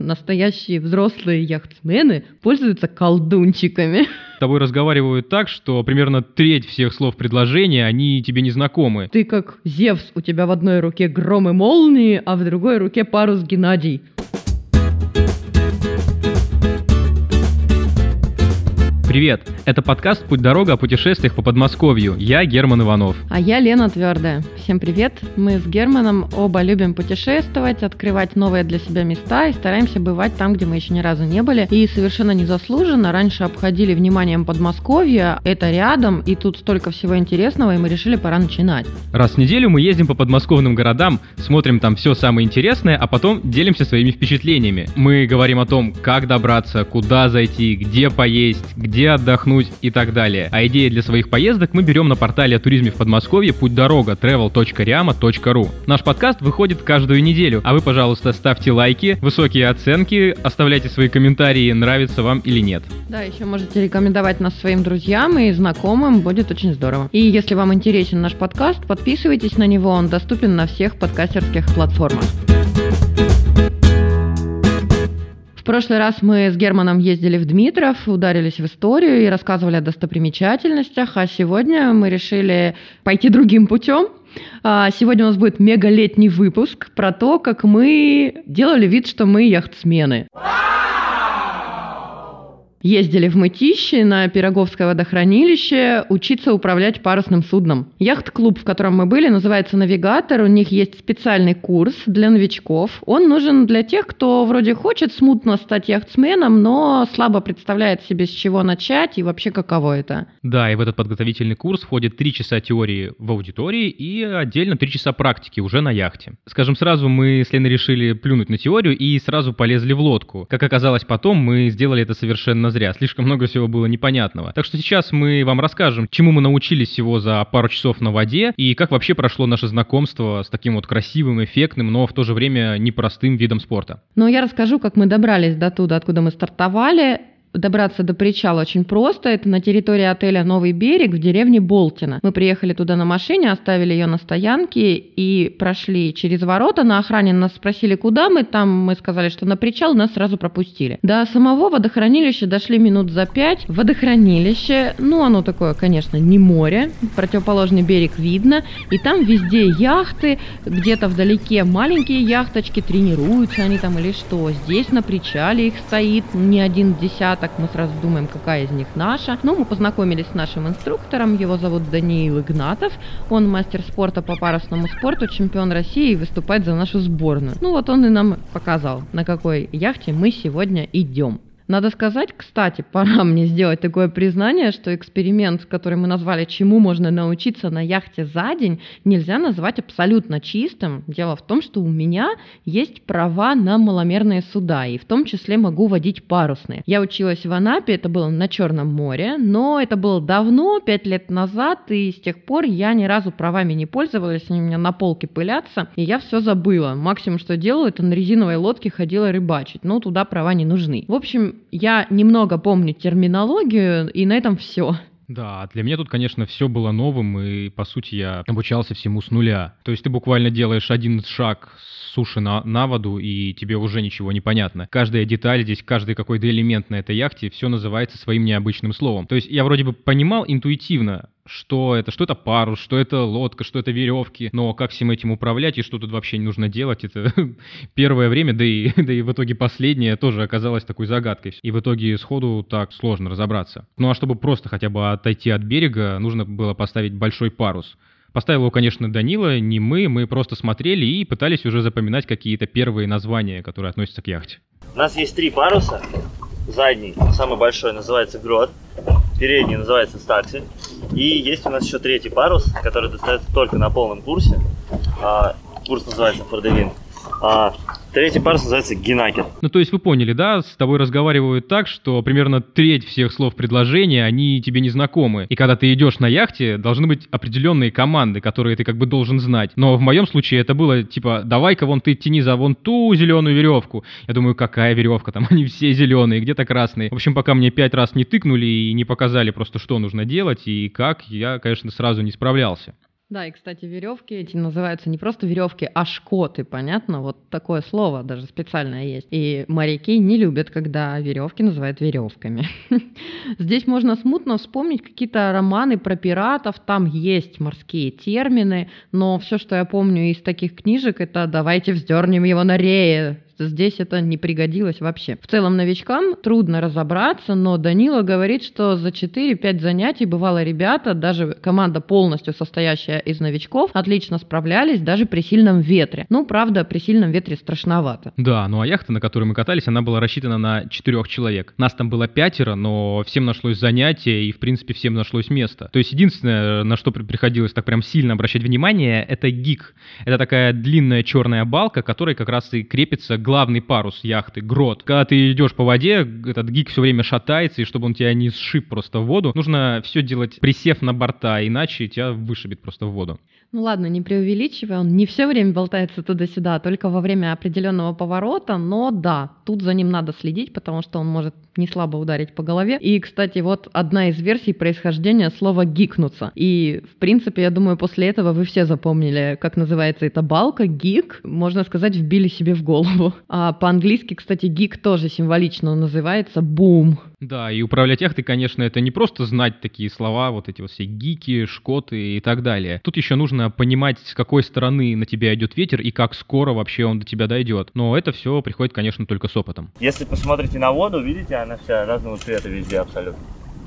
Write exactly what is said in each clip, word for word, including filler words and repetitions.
настоящие взрослые яхтсмены пользуются колдунчиками. С тобой разговаривают так, что примерно треть всех слов предложения, они тебе не знакомы. Ты как Зевс, у тебя в одной руке гром и молнии, а в другой руке парус Геннадий. Привет! Это подкаст «Путь-дорога» о путешествиях по Подмосковью. Я Герман Иванов. А я Лена Твердая. Всем привет! Мы с Германом оба любим путешествовать, открывать новые для себя места и стараемся бывать там, где мы еще ни разу не были. И совершенно незаслуженно раньше обходили вниманием Подмосковье. Это рядом, и тут столько всего интересного, и мы решили, пора начинать. Раз в неделю мы ездим по подмосковным городам, смотрим там все самое интересное, а потом делимся своими впечатлениями. Мы говорим о том, как добраться, куда зайти, где поесть, где отдохнуть и так далее. А идеи для своих поездок мы берем на портале о туризме в Подмосковье «Путь-дорога» travel точка riama точка ru. Наш подкаст выходит каждую неделю, а вы, пожалуйста, ставьте лайки, высокие оценки, оставляйте свои комментарии, нравится вам или нет. Да, еще можете рекомендовать нас своим друзьям и знакомым, будет очень здорово. И если вам интересен наш подкаст, подписывайтесь на него, он доступен на всех подкастерских платформах. В прошлый раз мы с Германом ездили в Дмитров, ударились в историю и рассказывали о достопримечательностях, а сегодня мы решили пойти другим путем. Сегодня у нас будет мегалетний выпуск про то, как мы делали вид, что мы яхтсмены. Ездили в Мытищи на Пироговское водохранилище учиться управлять парусным судном. Яхт-клуб, в котором мы были, называется «Навигатор». У них есть специальный курс для новичков. Он нужен для тех, кто вроде хочет смутно стать яхтсменом, но слабо представляет себе, с чего начать и вообще каково это. Да, и в этот подготовительный курс входит три часа теории в аудитории и отдельно три часа практики уже на яхте. Скажем сразу, мы с Леной решили плюнуть на теорию и сразу полезли в лодку. Как оказалось потом, мы сделали это совершенно зря. Слишком много всего было непонятного. Так что сейчас мы вам расскажем, чему мы научились всего за пару часов на воде и как вообще прошло наше знакомство с таким вот красивым, эффектным, но в то же время непростым видом спорта. Ну, я расскажу, как мы добрались до туда, откуда мы стартовали. Добраться до причала очень просто. Это на территории отеля «Новый берег» в деревне Болтино. Мы приехали туда на машине, оставили ее на стоянке и прошли через ворота. На охране нас спросили, куда мы. Там мы сказали, что на причал, нас сразу пропустили. До самого водохранилища дошли минут за пять. Водохранилище, ну оно такое, конечно, не море. Противоположный берег видно. И там везде яхты. Где-то вдалеке маленькие яхточки. Тренируются они там или что. Здесь на причале их стоит не один десяток. Мы сразу думаем, какая из них наша. Ну, мы познакомились с нашим инструктором, его зовут Даниил Игнатов. Он мастер спорта по парусному спорту, чемпион России и выступает за нашу сборную. Ну, вот он и нам показал, на какой яхте мы сегодня идем. Надо сказать, кстати, пора мне сделать такое признание, что эксперимент, который мы назвали «Чему можно научиться на яхте за день», нельзя назвать абсолютно чистым. Дело в том, что у меня есть права на маломерные суда, и в том числе могу водить парусные. Я училась в Анапе, это было на Черном море, но это было давно, пять лет назад, и с тех пор я ни разу правами не пользовалась, они у меня на полке пылятся, и я все забыла. Максимум, что делала, это на резиновой лодке ходила рыбачить, но туда права не нужны. В общем, я немного помню терминологию, и на этом все. Да, для меня тут, конечно, все было новым, и, по сути, я обучался всему с нуля. То есть ты буквально делаешь один шаг с суши на, на воду, и тебе уже ничего не понятно. Каждая деталь здесь, каждый какой-то элемент на этой яхте, все называется своим необычным словом. То есть я вроде бы понимал интуитивно, что это, что это парус, что это лодка, что это веревки, но как всем этим управлять и что тут вообще не нужно делать, это первое время, да и, да и в итоге последнее тоже оказалось такой загадкой. И в итоге сходу так сложно разобраться. Ну а чтобы просто хотя бы отойти от берега, нужно было поставить большой парус. Поставил его, конечно, Данила, не мы, мы просто смотрели и пытались уже запоминать какие-то первые названия, которые относятся к яхте. У нас есть три паруса. Задний, самый большой, называется Грот. Передний называется Стаксель. И есть у нас еще третий парус, который достается только на полном курсе. А, курс называется Фордевин. А третий парус называется Геннакер. Ну, то есть вы поняли, да? С тобой разговаривают так, что примерно треть всех слов предложения, они тебе не знакомы. И когда ты идешь на яхте, должны быть определенные команды, которые ты как бы должен знать. Но в моем случае это было типа, давай-ка вон ты тяни за вон ту зеленую веревку. Я думаю, какая веревка? Там они все зеленые, где-то красные. В общем, пока мне пять раз не тыкнули и не показали просто, что нужно делать и как, я, конечно, сразу не справлялся. Да, и, кстати, веревки эти называются не просто веревки, а шкоты, понятно? Вот такое слово даже специальное есть. И моряки не любят, когда веревки называют веревками. Здесь можно смутно вспомнить какие-то романы про пиратов, там есть морские термины, но все, что я помню из таких книжек, это «давайте вздернем его на рее». Здесь это не пригодилось вообще. В целом новичкам трудно разобраться, но Данила говорит, что за четыре-пять занятий бывало ребята, даже команда полностью состоящая из новичков, отлично справлялись даже при сильном ветре. Ну, правда, при сильном ветре страшновато. Да, ну а яхта, на которой мы катались, она была рассчитана на четырех человек. Нас там было пятеро, но всем нашлось занятие и, в принципе, всем нашлось место. То есть единственное, на что при- приходилось так прям сильно обращать внимание, это гик. Это такая длинная черная балка, которой как раз и крепится главный парус яхты, грот. Когда ты идешь по воде, этот гик все время шатается, и чтобы он тебя не сшиб просто в воду, нужно все делать, присев на борта, иначе тебя вышибет просто в воду. Ну ладно, не преувеличивай, он не все время болтается туда-сюда, только во время определенного поворота, но да, тут за ним надо следить, потому что он может не слабо ударить по голове. И, кстати, вот одна из версий происхождения слова «гикнуться». И, в принципе, я думаю, после этого вы все запомнили, как называется эта балка, гик, можно сказать, вбили себе в голову. А по-английски, кстати, гик тоже символично называется «бум». Да, и управлять яхтой, конечно, это не просто знать такие слова, вот эти вот все гики, шкоты и так далее. Тут еще нужно понимать, с какой стороны на тебя идет ветер и как скоро вообще он до тебя дойдет. Но это все приходит, конечно, только с опытом. Если посмотрите на воду, видите, она вся разного цвета везде абсолютно.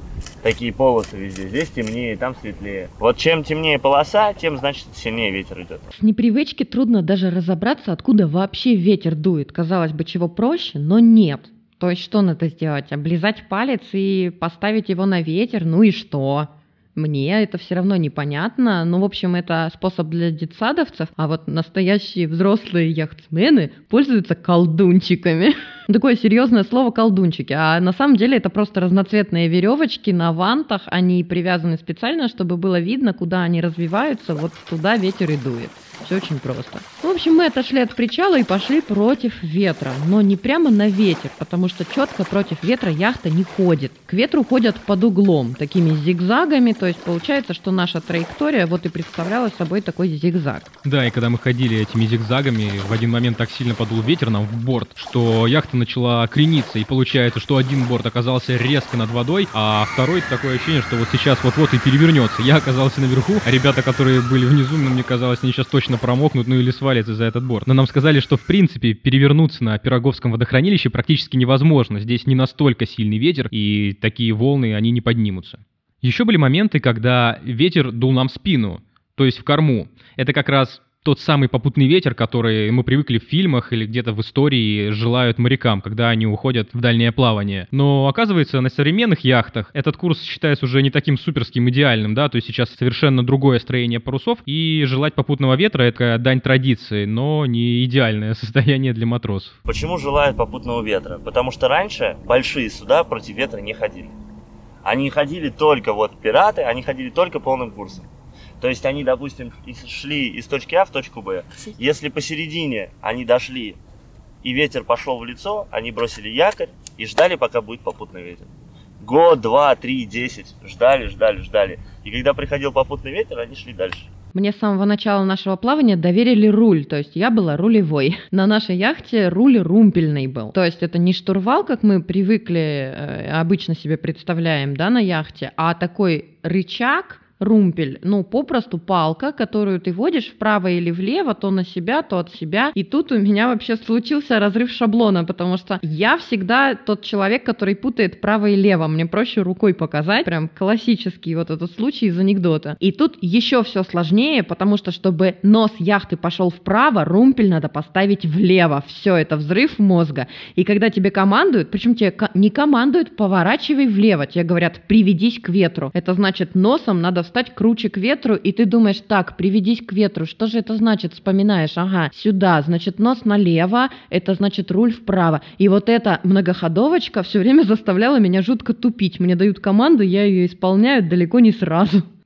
Такие полосы везде. Здесь темнее, там светлее. Вот чем темнее полоса, тем, значит, сильнее ветер идет. С непривычки трудно даже разобраться, откуда вообще ветер дует. Казалось бы, чего проще, но нет. То есть что надо сделать? Облизать палец и поставить его на ветер? Ну и что? Мне это все равно непонятно. Ну, в общем, это способ для детсадовцев, а вот настоящие взрослые яхтсмены пользуются колдунчиками. Такое серьезное слово колдунчики. А на самом деле это просто разноцветные веревочки на вантах. Они привязаны специально, чтобы было видно, куда они развиваются. Вот туда ветер и дует. Все очень просто. В общем, мы отошли от причала и пошли против ветра. Но не прямо на ветер, потому что четко против ветра яхта не ходит. К ветру ходят под углом, такими зигзагами. То есть получается, что наша траектория вот и представляла собой такой зигзаг. Да, и когда мы ходили этими зигзагами, в один момент так сильно подул ветер нам в борт, что яхта начала крениться. И получается, что один борт оказался резко над водой, а второй такое ощущение, что вот сейчас вот-вот и перевернется. Я оказался наверху, а ребята, которые были внизу, ну, мне казалось, они сейчас точно промокнут, ну или свалятся за этот борт. Но нам сказали, что в принципе перевернуться на Пироговском водохранилище практически невозможно. Здесь не настолько сильный ветер, и такие волны, они не поднимутся. Еще были моменты, когда ветер дул нам в спину, то есть в корму. Это как раз тот самый попутный ветер, который мы привыкли в фильмах или где-то в истории желают морякам, когда они уходят в дальнее плавание. Но оказывается, на современных яхтах этот курс считается уже не таким суперским идеальным, да, то есть сейчас совершенно другое строение парусов, и желать попутного ветра — это дань традиции, но не идеальное состояние для матросов. Почему желают попутного ветра? Потому что раньше большие суда против ветра не ходили. Они ходили только, вот пираты, они ходили только полным курсом. То есть они, допустим, шли из точки А в точку Б. Если посередине они дошли и ветер пошел в лицо, они бросили якорь и ждали, пока будет попутный ветер. Год, два, три, десять. Ждали, ждали, ждали. И когда приходил попутный ветер, они шли дальше. Мне с самого начала нашего плавания доверили руль, то есть я была рулевой. На нашей яхте руль румпельный был. То есть это не штурвал, как мы привыкли, э, обычно себе представляем, да, на яхте, а такой рычаг, румпель, ну, попросту палка, которую ты водишь вправо или влево, то на себя, то от себя. И тут у меня вообще случился разрыв шаблона, потому что я всегда тот человек, который путает право и лево. Мне проще рукой показать. Прям классический вот этот случай из анекдота. И тут еще все сложнее, потому что, чтобы нос яхты пошел вправо, румпель надо поставить влево. Все, это взрыв мозга. И когда тебе командуют, причем тебе не командуют, поворачивай влево, тебе говорят, приведись к ветру. Это значит, носом надо стать круче к ветру, и ты думаешь, так, приведись к ветру, что же это значит, вспоминаешь, ага, сюда, значит, нос налево, это значит руль вправо. И вот эта многоходовочка все время заставляла меня жутко тупить. Мне дают команду, я ее исполняю далеко не сразу.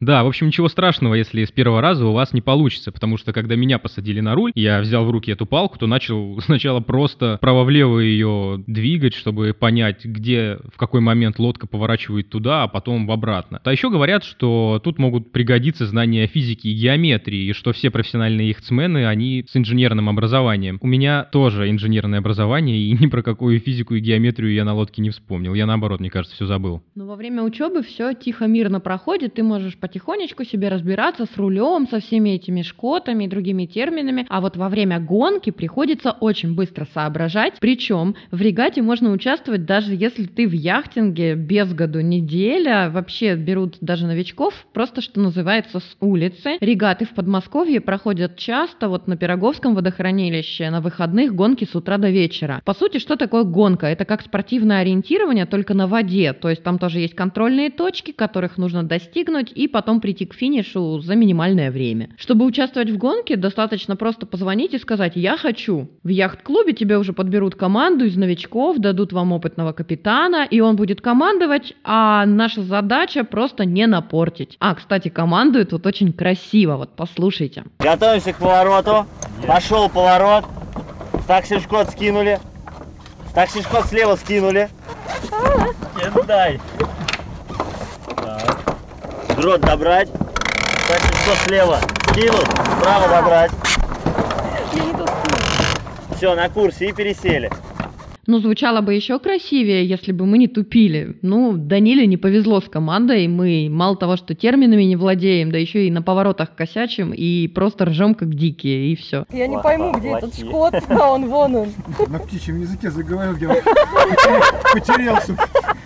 Да, в общем, ничего страшного, если с первого раза у вас не получится, потому что когда меня посадили на руль, я взял в руки эту палку, то начал сначала просто право-влево ее двигать, чтобы понять, где, в какой момент лодка поворачивает туда, а потом в обратно. А еще говорят, что тут могут пригодиться знания физики и геометрии, и что все профессиональные яхтсмены, они с инженерным образованием. У меня тоже инженерное образование, и ни про какую физику и геометрию я на лодке не вспомнил. Я, наоборот, мне кажется, все забыл. Но во время учебы все тихо, мирно проходит, ты можешь потихонечку себе разбираться с рулем, со всеми этими шкотами и другими терминами, а вот во время гонки приходится очень быстро соображать, причем в регате можно участвовать даже если ты в яхтинге без году неделя, вообще берут даже новичков, просто что называется с улицы. Регаты в Подмосковье проходят часто, вот на Пироговском водохранилище, на выходных гонки с утра до вечера. По сути, что такое гонка? Это как спортивное ориентирование, только на воде, то есть там тоже есть контрольные точки, которых нужно достигнуть и потом прийти к финишу за минимальное время. Чтобы участвовать в гонке, достаточно просто позвонить и сказать «я хочу». В яхт-клубе тебе уже подберут команду из новичков, дадут вам опытного капитана, и он будет командовать, а наша задача просто не напортить. А, кстати, командует вот очень красиво, вот послушайте. Готовимся к повороту. Пошел поворот. Такси-шкот скинули. Такси-шкот слева скинули. Дай. Грот добрать. Такси-шкот слева скинут. Справа добрать. Все, на курсе и пересели. Ну, звучало бы еще красивее, если бы мы не тупили. Ну, Даниле не повезло с командой, мы мало того, что терминами не владеем, да еще и на поворотах косячим, и просто ржем как дикие, и все. Я не пойму, где этот Шкот, а он вон он. На птичьем языке заговорил, где он потерялся.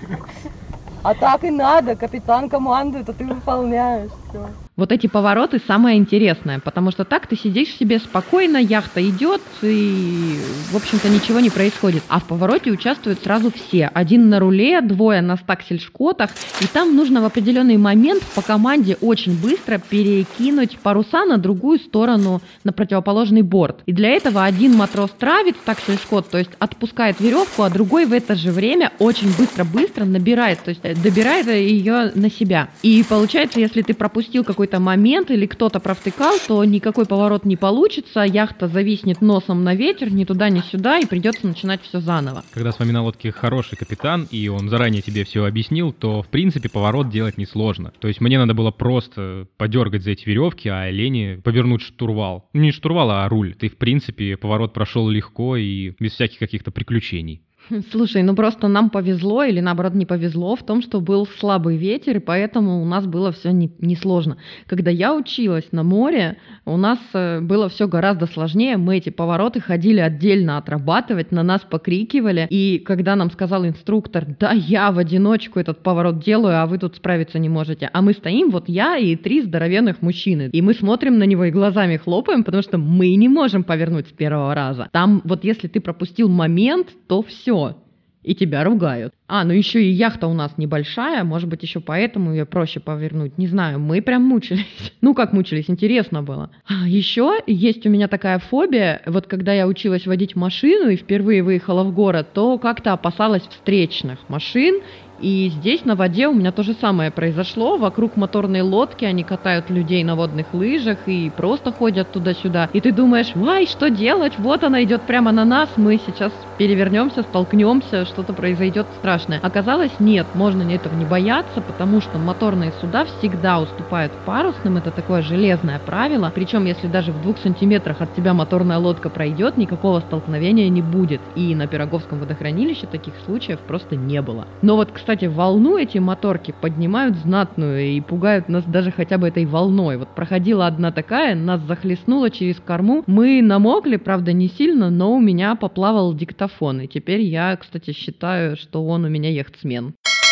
А так и надо, капитан командует, а ты выполняешь. Все. Вот эти повороты самое интересное, потому что так ты сидишь себе спокойно, яхта идет, и, в общем-то, ничего не происходит. А в повороте участвуют сразу все. Один на руле, двое на стаксельшкотах, и там нужно в определенный момент по команде очень быстро перекинуть паруса на другую сторону, на противоположный борт. И для этого один матрос травит стаксельшкот, то есть отпускает веревку, а другой в это же время очень быстро-быстро набирает, то есть добирает ее на себя. И получается, если ты пропустил какой-то момент или кто-то провтыкал, то никакой поворот не получится, яхта зависнет носом на ветер, ни туда, ни сюда, и придется начинать все заново. Когда с вами на лодке хороший капитан, и он заранее тебе все объяснил, то, в принципе, поворот делать несложно. То есть мне надо было просто подергать за эти веревки, а Лене повернуть штурвал. Ну, не штурвал, а руль. Ты, в принципе, поворот прошел легко и без всяких каких-то приключений. Слушай, ну просто нам повезло или наоборот не повезло в том, что был слабый ветер, и поэтому у нас было все несложно. Не Когда я училась на море, у нас было все гораздо сложнее. Мы эти повороты ходили отдельно отрабатывать, на нас покрикивали. И когда нам сказал инструктор, да я в одиночку этот поворот делаю, а вы тут справиться не можете. А мы стоим, вот я и три здоровенных мужчины. И мы смотрим на него и глазами хлопаем, потому что мы не можем повернуть с первого раза. Там вот если ты пропустил момент, то все. И тебя ругают. А, ну еще и яхта у нас небольшая, может быть, еще поэтому ее проще повернуть. Не знаю, мы прям мучились. Ну, как мучились, интересно было. А, еще есть у меня такая фобия. Вот когда я училась водить машину и впервые выехала в город, то как-то опасалась встречных машин. И здесь на воде у меня то же самое произошло. Вокруг моторной лодки они катают людей на водных лыжах и просто ходят туда-сюда. И ты думаешь, вай, что делать? Вот она идет прямо на нас, мы сейчас перевернемся, столкнемся, что-то произойдет страшное. Оказалось, нет, можно этого не бояться, потому что моторные суда всегда уступают парусным. Это такое железное правило. Причем, если даже в двух сантиметрах от тебя моторная лодка пройдет, никакого столкновения не будет. И на Пироговском водохранилище таких случаев просто не было. Но вот, кстати, Кстати, волну эти моторки поднимают знатную и пугают нас даже хотя бы этой волной. Вот проходила одна такая, нас захлестнула через корму. Мы намокли, правда, не сильно, но у меня поплавал диктофон. И теперь я, кстати, считаю, что он у меня яхтсмен.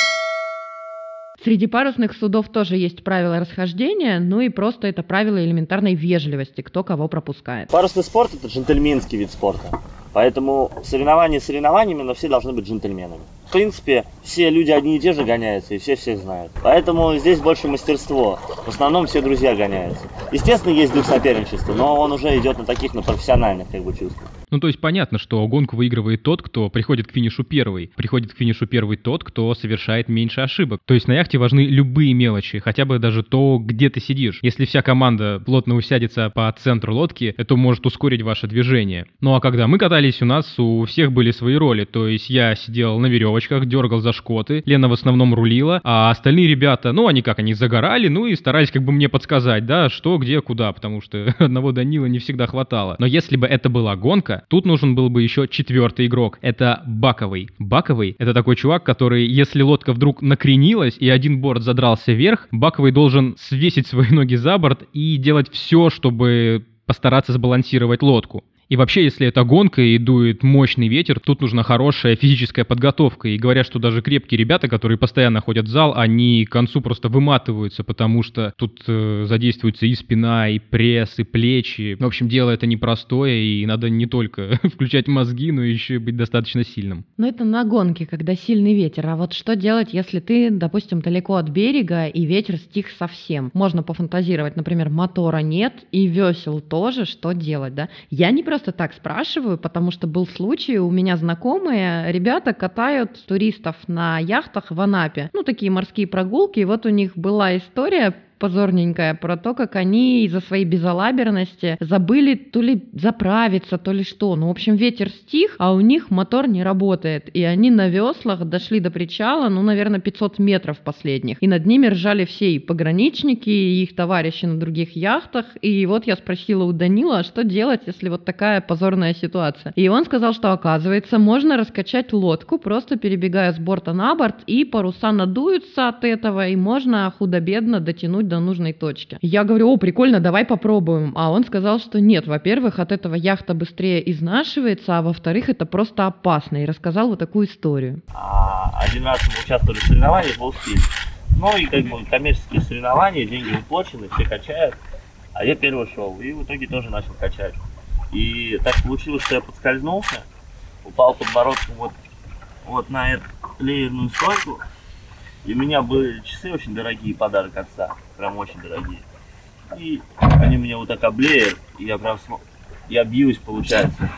Среди парусных судов тоже есть правила расхождения, ну и просто это правило элементарной вежливости, кто кого пропускает. Парусный спорт – это джентльменский вид спорта. Поэтому соревнования соревнованиями, но все должны быть джентльменами. В принципе, все люди одни и те же гоняются, и все всех знают. Поэтому здесь больше мастерство. В основном все друзья гоняются. Естественно, есть дух соперничества, но он уже идет на таких, на профессиональных как бы чувствах. Ну, то есть понятно, что гонку выигрывает тот, кто приходит к финишу первый. Приходит к финишу первый тот, кто совершает меньше ошибок. То есть на яхте важны любые мелочи, хотя бы даже то, где ты сидишь. Если вся команда плотно усядется по центру лодки, это может ускорить ваше движение. Ну а когда мы катались, у нас у всех были свои роли. То есть я сидел на веревочках, дергал за шкоты, Лена в основном рулила, а остальные ребята, ну они как, они загорали, ну и старались как бы мне подсказать, да, что, где, куда, потому что одного Данила не всегда хватало. Но если бы это была гонка, тут нужен был бы еще четвертый игрок. Это баковый. Баковый — это такой чувак, который, если лодка вдруг накренилась и один борт задрался вверх, баковый должен свесить свои ноги за борт и делать все, чтобы постараться сбалансировать лодку. И вообще, если это гонка и дует мощный ветер, тут нужна хорошая физическая подготовка. И говорят, что даже крепкие ребята, которые постоянно ходят в зал, они к концу просто выматываются, потому что тут э, задействуется и спина, и пресс, и плечи. В общем, дело это непростое, и надо не только включать мозги, но еще и быть достаточно сильным. Но это на гонке, когда сильный ветер. А вот что делать, если ты, допустим, далеко от берега, и ветер стих совсем? Можно пофантазировать, например, мотора нет, и весел тоже, что делать, да? Я не просто так спрашиваю, потому что был случай, у меня знакомые ребята катают туристов на яхтах в Анапе. Ну, такие морские прогулки, и вот у них была история позорненькая про то, как они из-за своей безалаберности забыли то ли заправиться, то ли что. Ну, в общем, ветер стих, а у них мотор не работает. И они на веслах дошли до причала, ну, наверное, пятьсот метров последних. И над ними ржали все и пограничники, и их товарищи на других яхтах. И вот я спросила у Данила, а что делать, если вот такая позорная ситуация. И он сказал, что, оказывается, можно раскачать лодку, просто перебегая с борта на борт, и паруса надуются от этого, и можно худо-бедно дотянуть до нужной точки. Я говорю: о, прикольно, давай попробуем. А он сказал, что нет, во-первых, от этого яхта быстрее изнашивается, а во-вторых, это просто опасно. И рассказал вот такую историю. А, один раз мы участвовали в соревнованиях в Волстиле. Ну и как бы коммерческие соревнования, деньги выплачены, все качают. А я первый шел и в итоге тоже начал качать. И так получилось, что я подскользнулся, упал подбородком вот, вот на эту леерную стойку. И у меня были часы очень дорогие, подарок отца, прям очень дорогие. И они меня вот так облеют, и я прям см... я бьюсь, получается.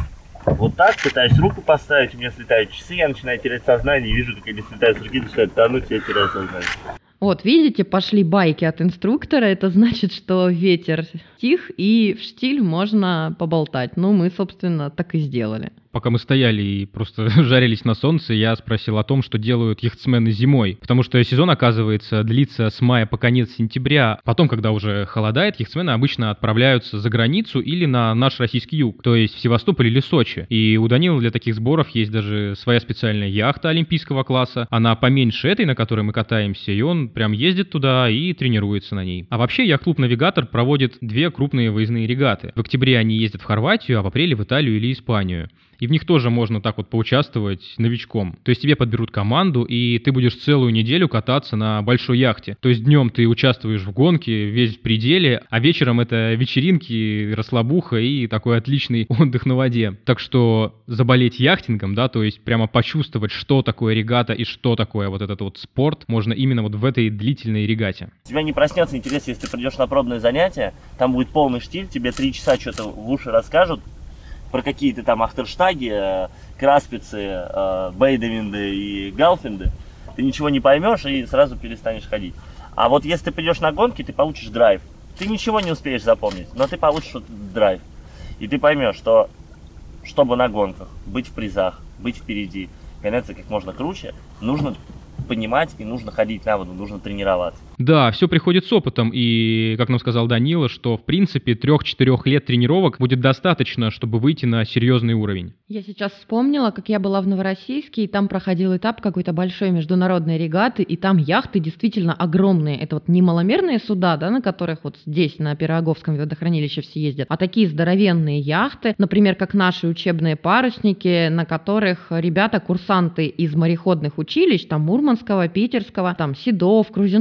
Вот так, пытаюсь руку поставить, у меня слетают часы, я начинаю терять сознание, и вижу, как они слетают с руки, начинают тонуть, я теряю сознание. Вот, видите, пошли байки от инструктора, это значит, что ветер стих, и в штиль можно поболтать. Ну, мы, собственно, так и сделали. Пока мы стояли и просто жарились на солнце, я спросил о том, что делают яхтсмены зимой. Потому что сезон, оказывается, длится с мая по конец сентября. Потом, когда уже холодает, яхтсмены обычно отправляются за границу или на наш российский юг, то есть в Севастополь или Сочи. И у Данила для таких сборов есть даже своя специальная яхта олимпийского класса. Она поменьше этой, на которой мы катаемся, и он прям ездит туда и тренируется на ней. А вообще, яхт-клуб «Навигатор» проводит две крупные выездные регаты. В октябре они ездят в Хорватию, а в апреле в Италию или Испанию. И в них тоже можно так вот поучаствовать новичком. То есть тебе подберут команду, и ты будешь целую неделю кататься на большой яхте. То есть днем ты участвуешь в гонке, весь в пределе, а вечером это вечеринки, расслабуха и такой отличный отдых на воде. Так что заболеть яхтингом, да, то есть прямо почувствовать, что такое регата и что такое вот этот вот спорт, можно именно вот в этой длительной регате. У тебя не проснется интерес, если ты придешь на пробное занятие, там будет полный штиль, тебе три часа что-то в уши расскажут про какие-то там ахтерштаги, краспицы, бейдевинды и галфинды. Ты ничего не поймешь и сразу перестанешь ходить. А вот если ты придешь на гонки, ты получишь драйв. Ты ничего не успеешь запомнить, но ты получишь драйв. И ты поймешь, что чтобы на гонках быть в призах, быть впереди, гоняться как можно круче, нужно понимать и нужно ходить на воду, нужно тренироваться. Да, все приходит с опытом, и, как нам сказал Данила, что, в принципе, трех-четырех лет тренировок будет достаточно, чтобы выйти на серьезный уровень. Я сейчас вспомнила, как я была в Новороссийске, и там проходил этап какой-то большой международной регаты, и там яхты действительно огромные. Это вот не маломерные суда, да, на которых вот здесь, на Пироговском водохранилище все ездят, а такие здоровенные яхты, например, как наши учебные парусники, на которых ребята, курсанты из мореходных училищ, там Мурманского, Питерского, там Седов, Крузенштерн,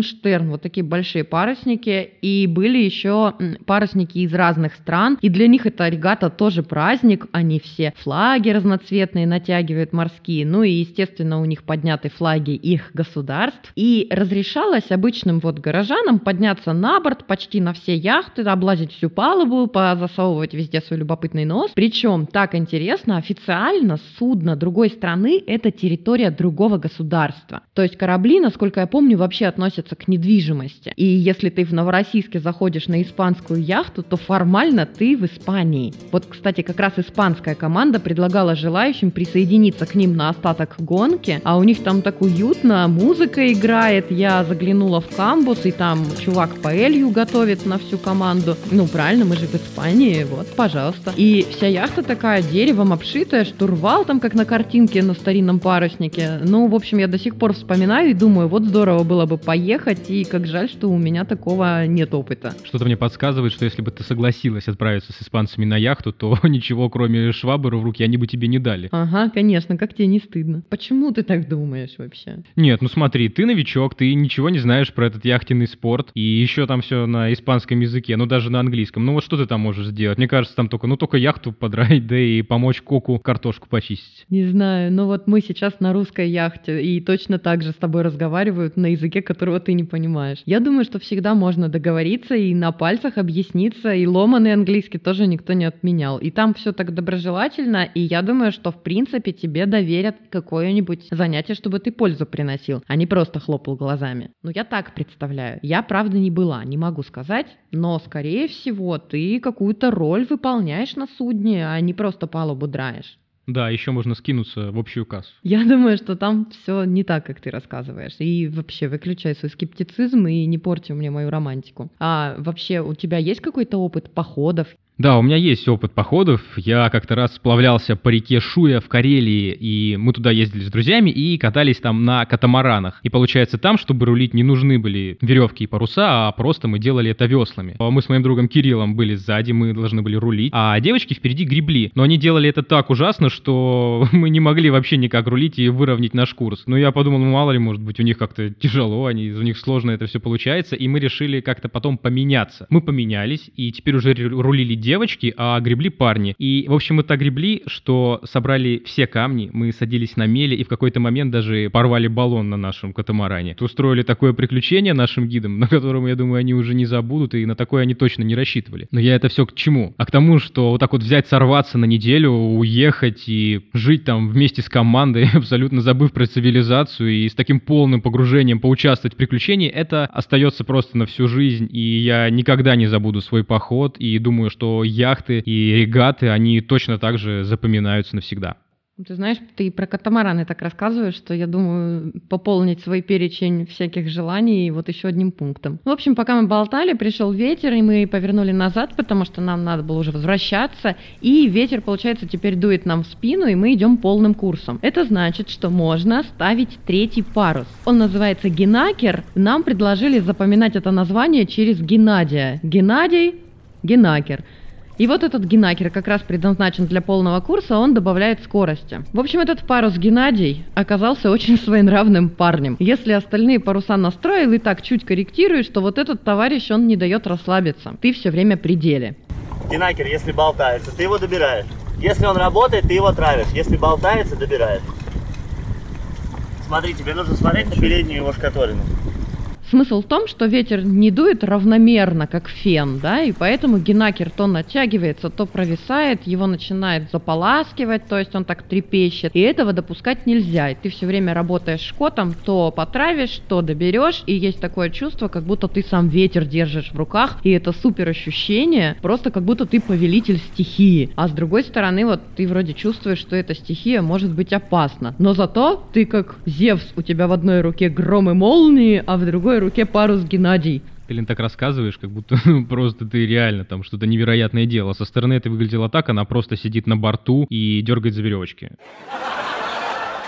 модерн, вот такие большие парусники, и были еще парусники из разных стран, и для них эта регата тоже праздник, они все флаги разноцветные натягивают морские, ну и, естественно, у них подняты флаги их государств, и разрешалось обычным вот горожанам подняться на борт почти на все яхты, облазить всю палубу, позасовывать везде свой любопытный нос, причем так интересно, официально судно другой страны — это территория другого государства, то есть корабли, насколько я помню, вообще относятся к недвижимости, и если ты в Новороссийске заходишь на испанскую яхту, то формально ты в Испании. Вот, кстати, как раз испанская команда предлагала желающим присоединиться к ним на остаток гонки, а у них там так уютно, музыка играет, я заглянула в камбус, и там чувак паэлью готовит на всю команду. Ну, правильно, мы же в Испании, вот, пожалуйста. И вся яхта такая деревом обшитая, штурвал там, как на картинке на старинном паруснике. Ну, в общем, я до сих пор вспоминаю и думаю, вот здорово было бы поехать, и как жаль, что у меня такого нет опыта. Что-то мне подсказывает, что если бы ты согласилась отправиться с испанцами на яхту, то ничего, кроме швабры в руки, они бы тебе не дали. Ага, конечно, как тебе не стыдно? Почему ты так думаешь вообще? Нет, ну смотри, ты новичок, ты ничего не знаешь про этот яхтенный спорт, и еще там все на испанском языке, ну даже на английском. Ну вот что ты там можешь сделать? Мне кажется, там только, ну только яхту подраить, да и помочь Коку картошку почистить. Не знаю, но вот мы сейчас на русской яхте, и точно так же с тобой разговаривают на языке, которого ты не понимаешь. Я думаю, что всегда можно договориться и на пальцах объясниться, и ломаный английский тоже никто не отменял. И там все так доброжелательно, и я думаю, что в принципе тебе доверят какое-нибудь занятие, чтобы ты пользу приносил, а не просто хлопал глазами. Ну, я так представляю. Я, правда, не была, не могу сказать, но, скорее всего, ты какую-то роль выполняешь на судне, а не просто палубу драешь. Да, еще можно скинуться в общую кассу. Я думаю, что там все не так, как ты рассказываешь. И вообще выключай свой скептицизм и не порти мне мою романтику. А вообще у тебя есть какой-то опыт походов? Да, у меня есть опыт походов. Я как-то раз сплавлялся по реке Шуя в Карелии, и мы туда ездили с друзьями и катались там на катамаранах. И получается, там, чтобы рулить, не нужны были веревки и паруса, а просто мы делали это веслами. Мы с моим другом Кириллом были сзади, мы должны были рулить, а девочки впереди гребли. Но они делали это так ужасно, что мы не могли вообще никак рулить и выровнять наш курс. Но я подумал, ну мало ли, может быть, у них как-то тяжело, они, у них сложно это все получается, и мы решили как-то потом поменяться. Мы поменялись, и теперь уже рулили девочки, а гребли парни. И, в общем, мы так гребли, что собрали все камни, мы садились на мели и в какой-то момент даже порвали баллон на нашем катамаране. Устроили такое приключение нашим гидам, на котором, я думаю, они уже не забудут, и на такое они точно не рассчитывали. Но я это все к чему? А к тому, что вот так вот взять, сорваться на неделю, уехать и жить там вместе с командой, абсолютно забыв про цивилизацию и с таким полным погружением поучаствовать в приключении, это остается просто на всю жизнь, и я никогда не забуду свой поход, и думаю, что яхты и регаты, они точно так же запоминаются навсегда. Ты знаешь, ты про катамараны так рассказываешь, что я думаю пополнить свой перечень всяких желаний вот еще одним пунктом. В общем, пока мы болтали, пришел ветер, и мы повернули назад, потому что нам надо было уже возвращаться, и ветер, получается, теперь дует нам в спину, и мы идем полным курсом. Это значит, что можно ставить третий парус. Он называется Генакер. Нам предложили запоминать это название через Геннадия. Геннадий, Генакер. И вот этот Генакер как раз предназначен для полного курса, он добавляет скорости. В общем, этот парус Геннадий оказался очень своенравным парнем. Если остальные паруса настроил и так чуть корректируешь, то вот этот товарищ, он не дает расслабиться. Ты все время при деле. Генакер, если болтается, ты его добираешь. Если он работает, ты его травишь. Если болтается, добираешь. Смотри, тебе нужно смотреть на переднюю его шкаторину. Смысл в том, что ветер не дует равномерно, как фен, да, и поэтому Генакер то натягивается, то провисает, его начинает заполаскивать, то есть он так трепещет, и этого допускать нельзя, и ты все время работаешь шкотом, то потравишь, то доберешь, и есть такое чувство, как будто ты сам ветер держишь в руках, и это супер ощущение, просто как будто ты повелитель стихии, а с другой стороны, вот ты вроде чувствуешь, что эта стихия может быть опасна, но зато ты как Зевс, у тебя в одной руке гром и молнии, а в другой руке парус Геннадий. Ты, Лен, так рассказываешь, как будто ну, просто ты реально там что-то невероятное делал. Со стороны это выглядело так, она просто сидит на борту и дергает за веревочки.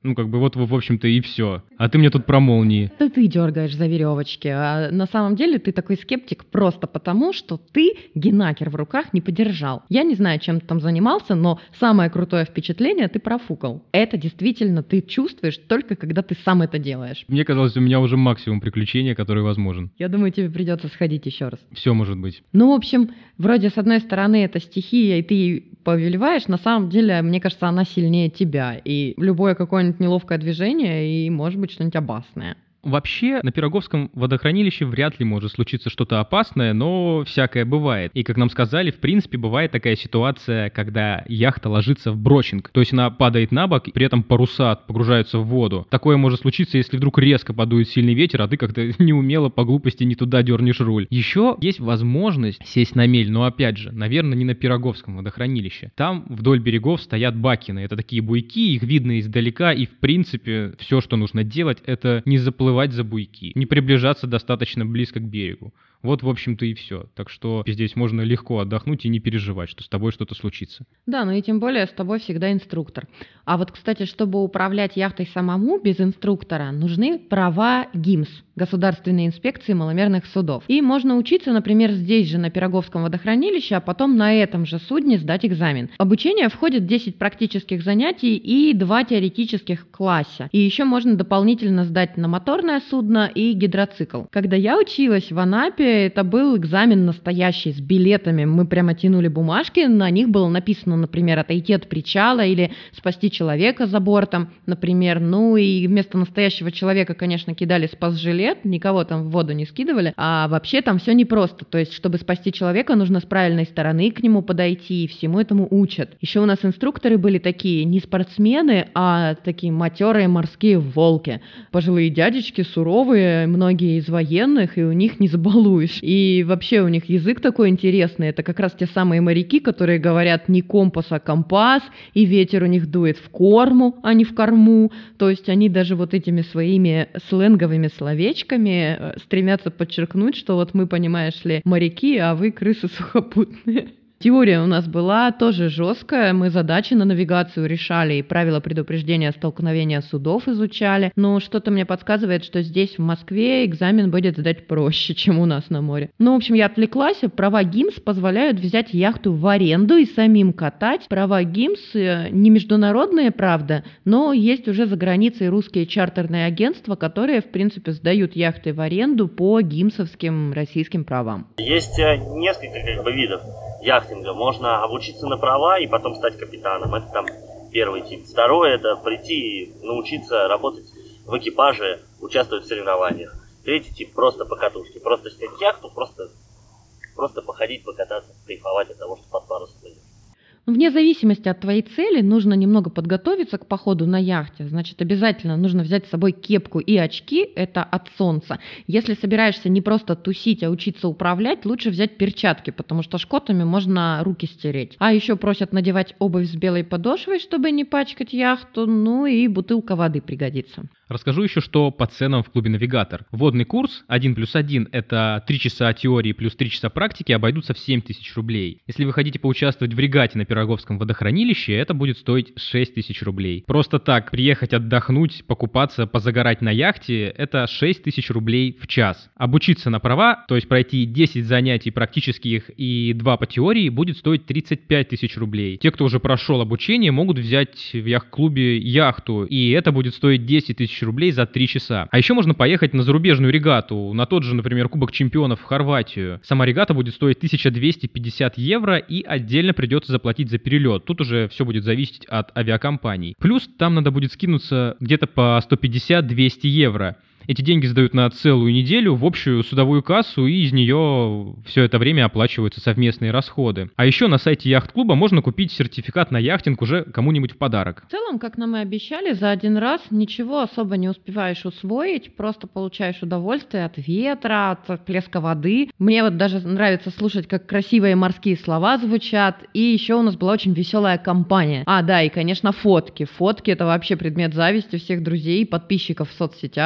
Ну, как бы вот, в общем-то, и все. А ты мне тут про молнии. Это ты дергаешь за веревочки, а на самом деле ты такой скептик просто потому, что ты генакер в руках не подержал. Я не знаю, чем ты там занимался, но самое крутое впечатление ты профукал. Это действительно ты чувствуешь только когда ты сам это делаешь. Мне казалось, у меня уже максимум приключения, который возможен. Я думаю, тебе придется сходить еще раз. Все может быть. Ну, в общем, вроде с одной стороны это стихия, и ты ей повелеваешь, на самом деле, мне кажется, она сильнее тебя. И любое какое-нибудь неловкое движение, и может быть что-нибудь опасное. Вообще, на Пироговском водохранилище вряд ли может случиться что-то опасное, но всякое бывает. И, как нам сказали, в принципе, бывает такая ситуация, когда яхта ложится в брочинг. То есть она падает на бок, и при этом паруса погружаются в воду. Такое может случиться, если вдруг резко подует сильный ветер, а ты как-то неумело по глупости не туда дернешь руль. Еще есть возможность сесть на мель, но опять же, наверное, не на Пироговском водохранилище. Там вдоль берегов стоят бакины. Это такие буйки, их видно издалека, и, в принципе, все, что нужно делать, это не заплывать за буйки, не приближаться достаточно близко к берегу. Вот, в общем-то, и все. Так что здесь можно легко отдохнуть и не переживать, что с тобой что-то случится. Да, ну и тем более с тобой всегда инструктор. А вот, кстати, чтобы управлять яхтой самому без инструктора, нужны права ГИМС, Государственной инспекции маломерных судов. И можно учиться, например, здесь же на Пироговском водохранилище, а потом на этом же судне сдать экзамен. Обучение входит десять практических занятий и два теоретических класса. И еще можно дополнительно сдать на моторное судно и гидроцикл. Когда я училась в Анапе, это был экзамен настоящий, с билетами. Мы прямо тянули бумажки, на них было написано, например, отойти от причала или спасти человека за бортом, например. Ну и вместо настоящего человека, конечно, кидали спас-жилет, никого там в воду не скидывали. А вообще там все непросто. То есть, чтобы спасти человека, нужно с правильной стороны к нему подойти, и всему этому учат. Еще у нас инструкторы были такие не спортсмены, а такие матерые морские волки. Пожилые дядечки, суровые, многие из военных, и у них не забалуешь. И вообще у них язык такой интересный. Это как раз те самые моряки, которые говорят не компас, а компас, и ветер у них дует в корму, а не в корму. То есть они даже вот этими своими сленговыми словечками стремятся подчеркнуть, что вот мы, понимаешь ли, моряки, а вы крысы сухопутные. Теория у нас была тоже жесткая, мы задачи на навигацию решали и правила предупреждения столкновения судов изучали, но что-то мне подсказывает, что здесь, в Москве, экзамен будет сдать проще, чем у нас на море. Ну, в общем, я отвлеклась, права ГИМС позволяют взять яхту в аренду и самим катать. Права ГИМС не международные, правда, но есть уже за границей русские чартерные агентства, которые, в принципе, сдают яхты в аренду по гимсовским российским правам. Есть несколько как бы видов яхтинга. Можно обучиться на права и потом стать капитаном. Это там первый тип. Второй — это прийти и научиться работать в экипаже, участвовать в соревнованиях. Третий тип — просто по катушке. Просто снять яхту, просто, просто походить, покататься, кайфовать от того, что под парусом плывет. Вне зависимости от твоей цели нужно немного подготовиться к походу на яхте. Значит, обязательно нужно взять с собой кепку и очки, это от солнца. Если собираешься не просто тусить, а учиться управлять, лучше взять перчатки, потому что шкотами можно руки стереть. А еще просят надевать обувь с белой подошвой, чтобы не пачкать яхту, ну и бутылка воды пригодится. Расскажу еще, что по ценам в клубе «Навигатор». Водный курс один плюс один, это три часа теории плюс три часа практики, обойдутся в семь тысяч рублей. Если вы хотите поучаствовать в регате на Пироговском водохранилище, это будет стоить шесть тысяч рублей. Просто так приехать отдохнуть, покупаться, позагорать на яхте – это шесть тысяч рублей в час. Обучиться на права, то есть пройти десять занятий практических и два по теории, будет стоить тридцать пять тысяч рублей. Те, кто уже прошел обучение, могут взять в яхт-клубе яхту, и это будет стоить десять тысяч рублей за три часа. А еще можно поехать на зарубежную регату, на тот же, например, Кубок чемпионов в Хорватию. Сама регата будет стоить тысяча двести пятьдесят евро, и отдельно придется заплатить за перелет. Тут уже все будет зависеть от авиакомпаний. Плюс там надо будет скинуться где-то по сто пятьдесят - двести евро. Эти деньги сдают на целую неделю в общую судовую кассу, и из нее все это время оплачиваются совместные расходы. А еще на сайте яхт-клуба можно купить сертификат на яхтинг уже кому-нибудь в подарок. В целом, как нам и обещали, за один раз ничего особо не успеваешь усвоить, просто получаешь удовольствие от ветра, от плеска воды. Мне вот даже нравится слушать, как красивые морские слова звучат, и еще у нас была очень веселая компания. А, да, и, конечно, фотки. Фотки — это вообще предмет зависти всех друзей и подписчиков в соцсетях.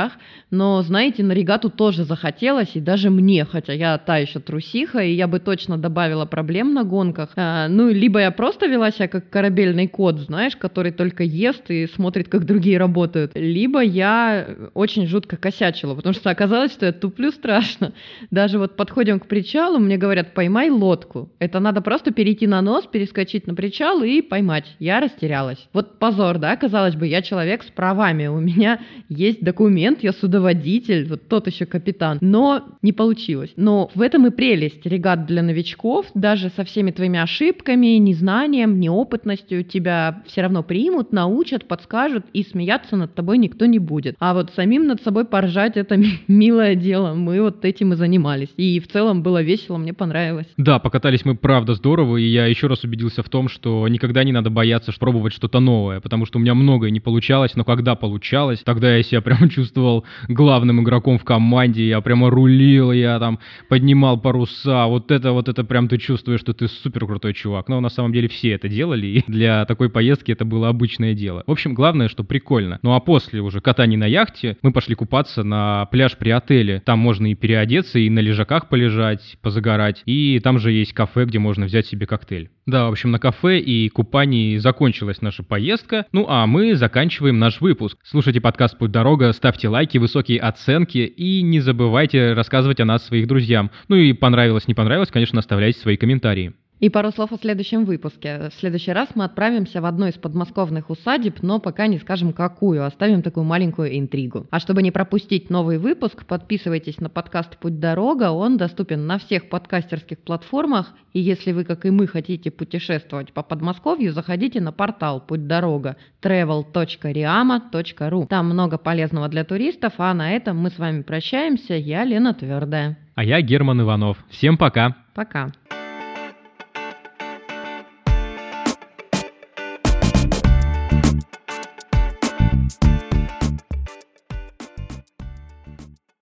Но, знаете, на регату тоже захотелось, и даже мне, хотя я та еще трусиха, и я бы точно добавила проблем на гонках. А, ну, либо я просто вела себя как корабельный кот, знаешь, который только ест и смотрит, как другие работают, либо я очень жутко косячила, потому что оказалось, что я туплю страшно. Даже вот подходим к причалу, мне говорят, поймай лодку. Это надо просто перейти на нос, перескочить на причал и поймать. Я растерялась. Вот позор, да, казалось бы, я человек с правами, у меня есть документ, я судоводитель, вот тот еще капитан, но не получилось. Но в этом и прелесть регат для новичков, даже со всеми твоими ошибками, незнанием, неопытностью тебя все равно примут, научат, подскажут, и смеяться над тобой никто не будет. А вот самим над собой поржать — это милое дело, мы вот этим и занимались. И в целом было весело, мне понравилось. Да, покатались мы правда здорово, и я еще раз убедился в том, что никогда не надо бояться пробовать что-то новое, потому что у меня многое не получалось, но когда получалось, тогда я себя прямо чувствовал главным игроком в команде, я прямо рулил, я там поднимал паруса, вот это, вот это прям ты чувствуешь, что ты супер крутой чувак. Но на самом деле все это делали, и для такой поездки это было обычное дело. В общем, главное, что прикольно. Ну а после уже катания на яхте мы пошли купаться на пляж при отеле. Там можно и переодеться, и на лежаках полежать, позагорать, и там же есть кафе, где можно взять себе коктейль. Да, в общем, на кафе и купании закончилась наша поездка. Ну а мы заканчиваем наш выпуск. Слушайте подкаст «Путь дорога», ставьте лайки, высокие оценки и не забывайте рассказывать о нас своих друзьям. Ну и понравилось, не понравилось, конечно, оставляйте свои комментарии. И пару слов о следующем выпуске. В следующий раз мы отправимся в одну из подмосковных усадеб, но пока не скажем какую, оставим такую маленькую интригу. А чтобы не пропустить новый выпуск, подписывайтесь на подкаст «Путь дорога», он доступен на всех подкастерских платформах, и если вы, как и мы, хотите путешествовать по Подмосковью, заходите на портал «Путь дорога» тревел точка риама точка ру. Там много полезного для туристов, а на этом мы с вами прощаемся. Я Лена Твердая. А я Герман Иванов. Всем пока! Пока!